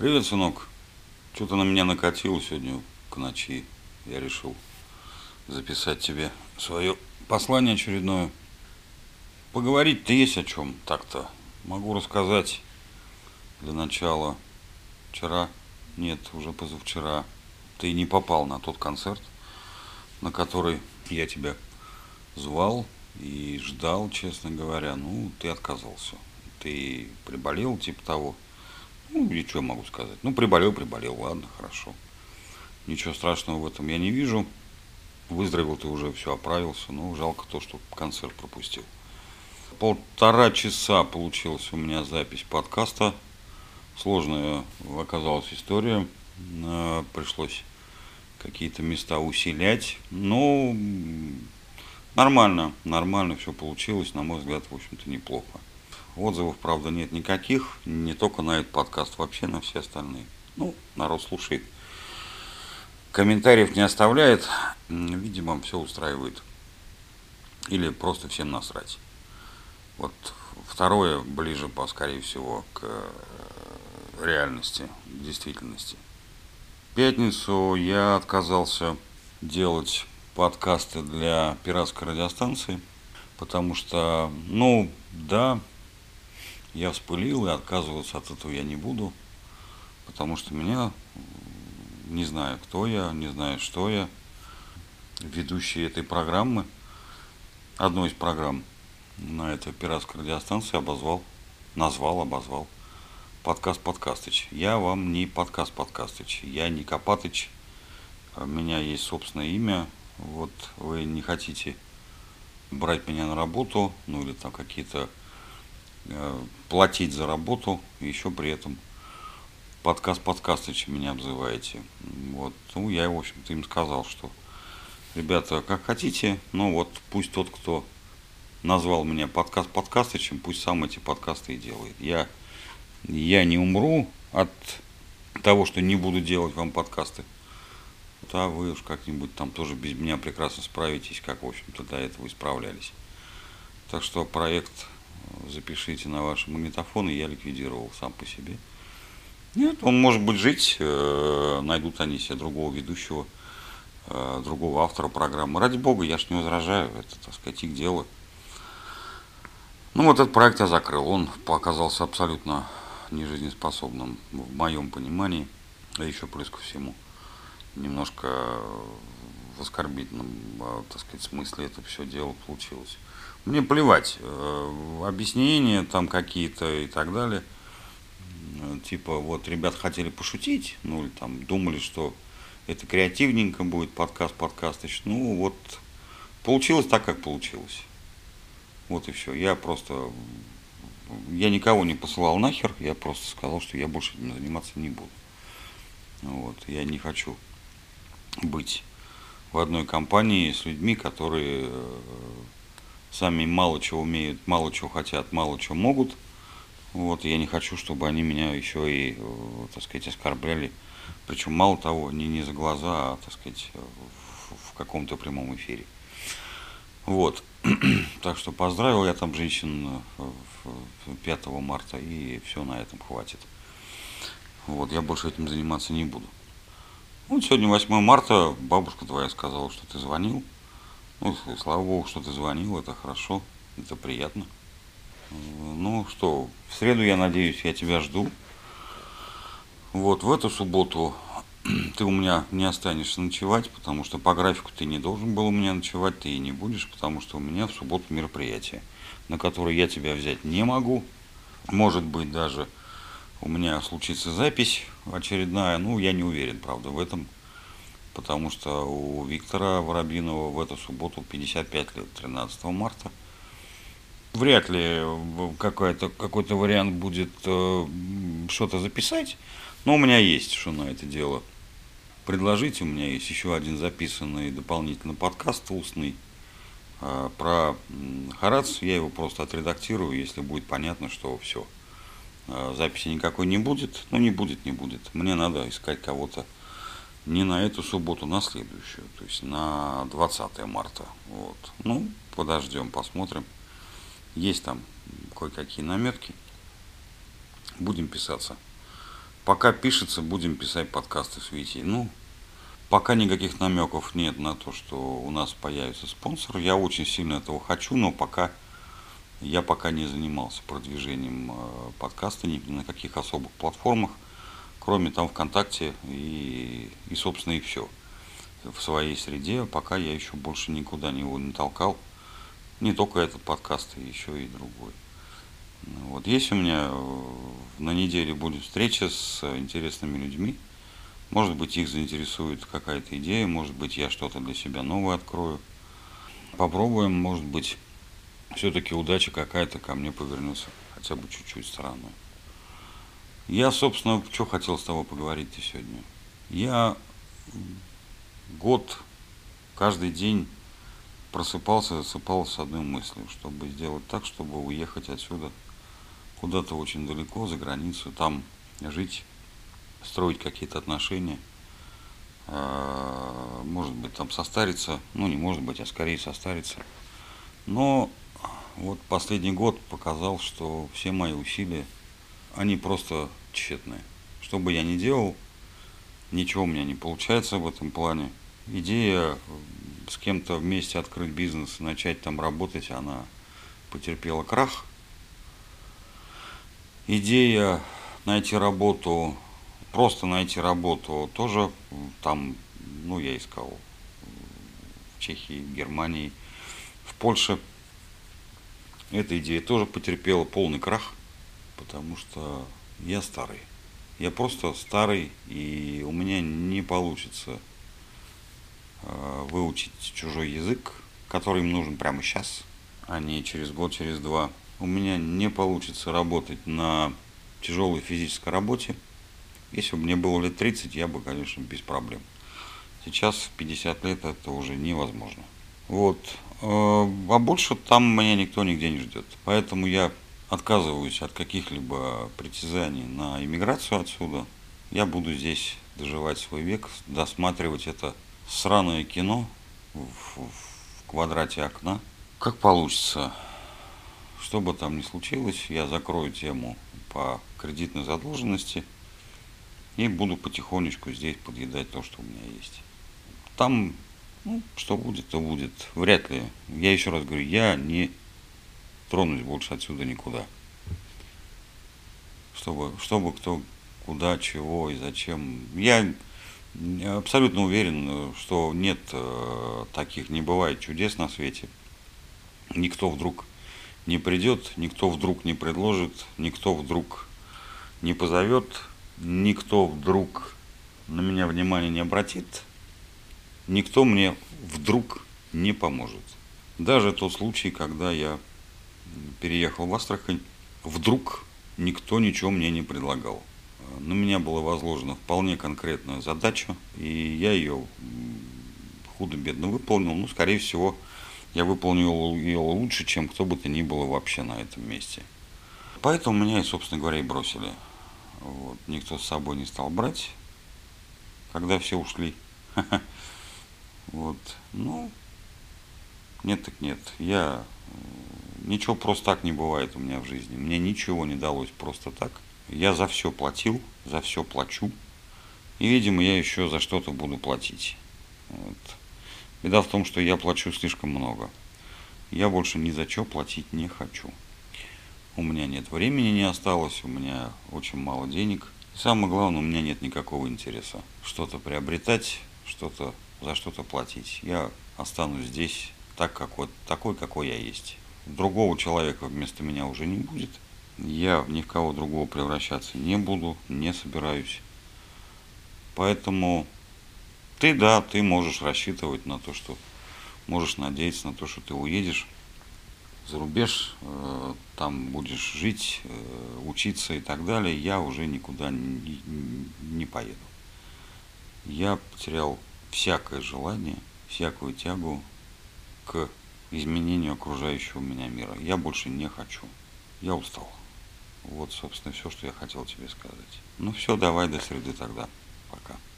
Привет, сынок. Что-то на меня накатило сегодня к ночи. Я решил записать тебе свое послание очередное. Поговорить-то есть о чем так-то. Могу рассказать для начала. Вчера, нет, уже позавчера, ты не попал на тот концерт, на который я тебя звал и ждал, честно говоря. Ну, ты отказался. Ты приболел, типа того. Ну, и что я могу сказать? Ну, приболел, ладно, хорошо. Ничего страшного в этом я не вижу. Выздоровел ты уже, все, оправился. Но жалко то, что концерт пропустил. 1,5 часа получилась у меня запись подкаста. Сложная оказалась история. Пришлось какие-то места усилять. Но нормально все получилось. На мой взгляд, в общем-то, неплохо. Отзывов, правда, нет никаких. Не только на этот подкаст, вообще на все остальные. Ну, народ слушает. Комментариев не оставляет. Видимо, все устраивает. Или просто всем насрать. Вот второе ближе, скорее всего, к реальности, к действительности. В пятницу я отказался делать подкасты для пиратской радиостанции, потому что, ну, да, я вспылил, и отказываться от этого я не буду, потому что меня, не знаю, кто я, не знаю, что я, ведущий этой программы, одной из программ на этой пиратской радиостанции обозвал подкаст Подкастыч. Я вам не подкаст Подкастыч, я не Копатыч, у меня есть собственное имя. Вот вы не хотите брать меня на работу, ну или там какие-то платить за работу, еще при этом подкаст Подкастыч меня обзываете. Вот, ну я, в общем-то, им сказал, что ребята, как хотите, но вот пусть тот, кто назвал меня подкаст Подкастычем, пусть сам эти подкасты и делает. Я не умру от того, что не буду делать вам подкасты. Да, вы уж как-нибудь там тоже без меня прекрасно справитесь, как, в общем-то, до этого исправлялись. Так что проект запишите на ваши магнитофоны, я ликвидировал сам по себе. Нет, он может быть жить, найдут они себе другого ведущего, другого автора программы. Ради бога, я ж не возражаю, это, так сказать, их дело. Ну вот этот проект я закрыл, он оказался абсолютно нежизнеспособным в моем понимании, а еще плюс ко всему немножко в оскорбительном, так сказать, смысле это все дело получилось. Мне плевать, объяснения там какие-то и так далее. Типа, вот ребята хотели пошутить, ну или там думали, что это креативненько будет подкастыч. Ну вот получилось так, как получилось. Вот и все. Я никого не посылал нахер, я просто сказал, что я больше этим заниматься не буду. Вот, я не хочу быть в одной компании с людьми, которые сами мало чего умеют, мало чего хотят, мало чего могут. Вот, я не хочу, чтобы они меня еще и, так сказать, оскорбляли. Причем, мало того, не за глаза, а, так сказать, в каком-то прямом эфире. Вот. Так что поздравил я там женщин 5 марта, и все, на этом хватит. Вот, я больше этим заниматься не буду. Вот сегодня 8 марта, бабушка твоя сказала, что ты звонил. Ну, слава богу, что ты звонил, это хорошо, это приятно. Ну что, в среду, я надеюсь, я тебя жду. Вот, в эту субботу ты у меня не останешься ночевать, потому что по графику ты не должен был у меня ночевать, ты и не будешь, потому что у меня в субботу мероприятие, на которое я тебя взять не могу. Может быть, даже у меня случится запись очередная, ну, я не уверен, правда, в этом, потому что у Виктора Воробьинова в эту субботу 55 лет, 13 марта. Вряд ли какой-то вариант будет что-то записать, но у меня есть что на это дело предложить. У меня есть еще один записанный дополнительно подкаст устный про Харац. Я его просто отредактирую, если будет понятно, что все, записи никакой не будет. Ну, не будет. Мне надо искать кого-то не на эту субботу, на следующую, то есть на 20 марта. Вот. Ну, подождем, посмотрим. Есть там кое-какие наметки. Будем писаться. Пока пишется, будем писать подкасты с Витей. Ну, пока никаких намеков нет на то, что у нас появится спонсор. Я очень сильно этого хочу, но я пока не занимался продвижением подкаста ни на каких особых платформах, кроме там ВКонтакте собственно, и все. В своей среде пока я еще больше никуда его не толкал. Не только этот подкаст, а еще и другой. Вот есть у меня на неделе будет встреча с интересными людьми. Может быть, их заинтересует какая-то идея, может быть, я что-то для себя новое открою. Попробуем, может быть, все-таки удача какая-то ко мне повернется хотя бы чуть-чуть стороной. Я, собственно, что хотел с тобой поговорить-то сегодня. Я год, каждый день просыпался, засыпал с одной мыслью, чтобы сделать так, чтобы уехать отсюда куда-то очень далеко, за границу, там жить, строить какие-то отношения, может быть, там состариться, ну не может быть, а скорее состариться. Но вот последний год показал, что все мои усилия, они просто тщетные. Что бы я ни делал, ничего у меня не получается в этом плане. Идея с кем-то вместе открыть бизнес и начать там работать, она потерпела крах. Идея найти работу, просто найти работу, тоже там, ну, я искал в Чехии, в Германии, в Польше. Эта идея тоже потерпела полный крах, потому что я старый. Я просто старый, и у меня не получится выучить чужой язык, который им нужен прямо сейчас, а не через год, через два. У меня не получится работать на тяжелой физической работе. Если бы мне было лет 30, я бы, конечно, без проблем. Сейчас в 50 лет это уже невозможно. Вот. А больше там меня никто нигде не ждет. Поэтому я отказываюсь от каких-либо притязаний на иммиграцию отсюда. Я буду здесь доживать свой век, досматривать это сраное кино в квадрате окна. Как получится. Что бы там ни случилось, я закрою тему по кредитной задолженности и буду потихонечку здесь подъедать то, что у меня есть. Там, ну, что будет, то будет. Вряд ли. Я еще раз говорю, я не тронусь больше отсюда никуда. Чтобы кто, куда, чего и зачем. Я абсолютно уверен, что нет таких, не бывает чудес на свете. Никто вдруг не придет, никто вдруг не предложит, никто вдруг не позовет, никто вдруг на меня внимания не обратит, никто мне вдруг не поможет. Даже тот случай, когда я переехал в Астрахань, вдруг никто ничего мне не предлагал. На меня была возложена вполне конкретная задача, и я ее худо-бедно выполнил. Ну, скорее всего, я выполнил ее лучше, чем кто бы то ни было вообще на этом месте. Поэтому меня, собственно говоря, и бросили. Вот. Никто с собой не стал брать, когда все ушли. Вот. Ну, нет так нет. Ничего просто так не бывает у меня в жизни. Мне ничего не далось просто так. Я за все платил, за все плачу. И, видимо, я еще за что-то буду платить. Вот. Беда в том, что я плачу слишком много. Я больше ни за что платить не хочу. У меня нет времени, не осталось, у меня очень мало денег. И самое главное, у меня нет никакого интереса что-то приобретать, за что-то платить. Я останусь здесь такой, какой я есть. Другого человека вместо меня уже не будет. Я ни в кого другого превращаться не буду, не собираюсь. Поэтому ты можешь рассчитывать на то, что можешь надеяться на то, что ты уедешь за рубеж, там будешь жить, учиться и так далее. Я уже никуда не поеду. Я потерял всякое желание, всякую тягу к изменению окружающего меня мира. Я больше не хочу. Я устал. Вот, собственно, все, что я хотел тебе сказать. Ну все, давай до среды тогда. Пока.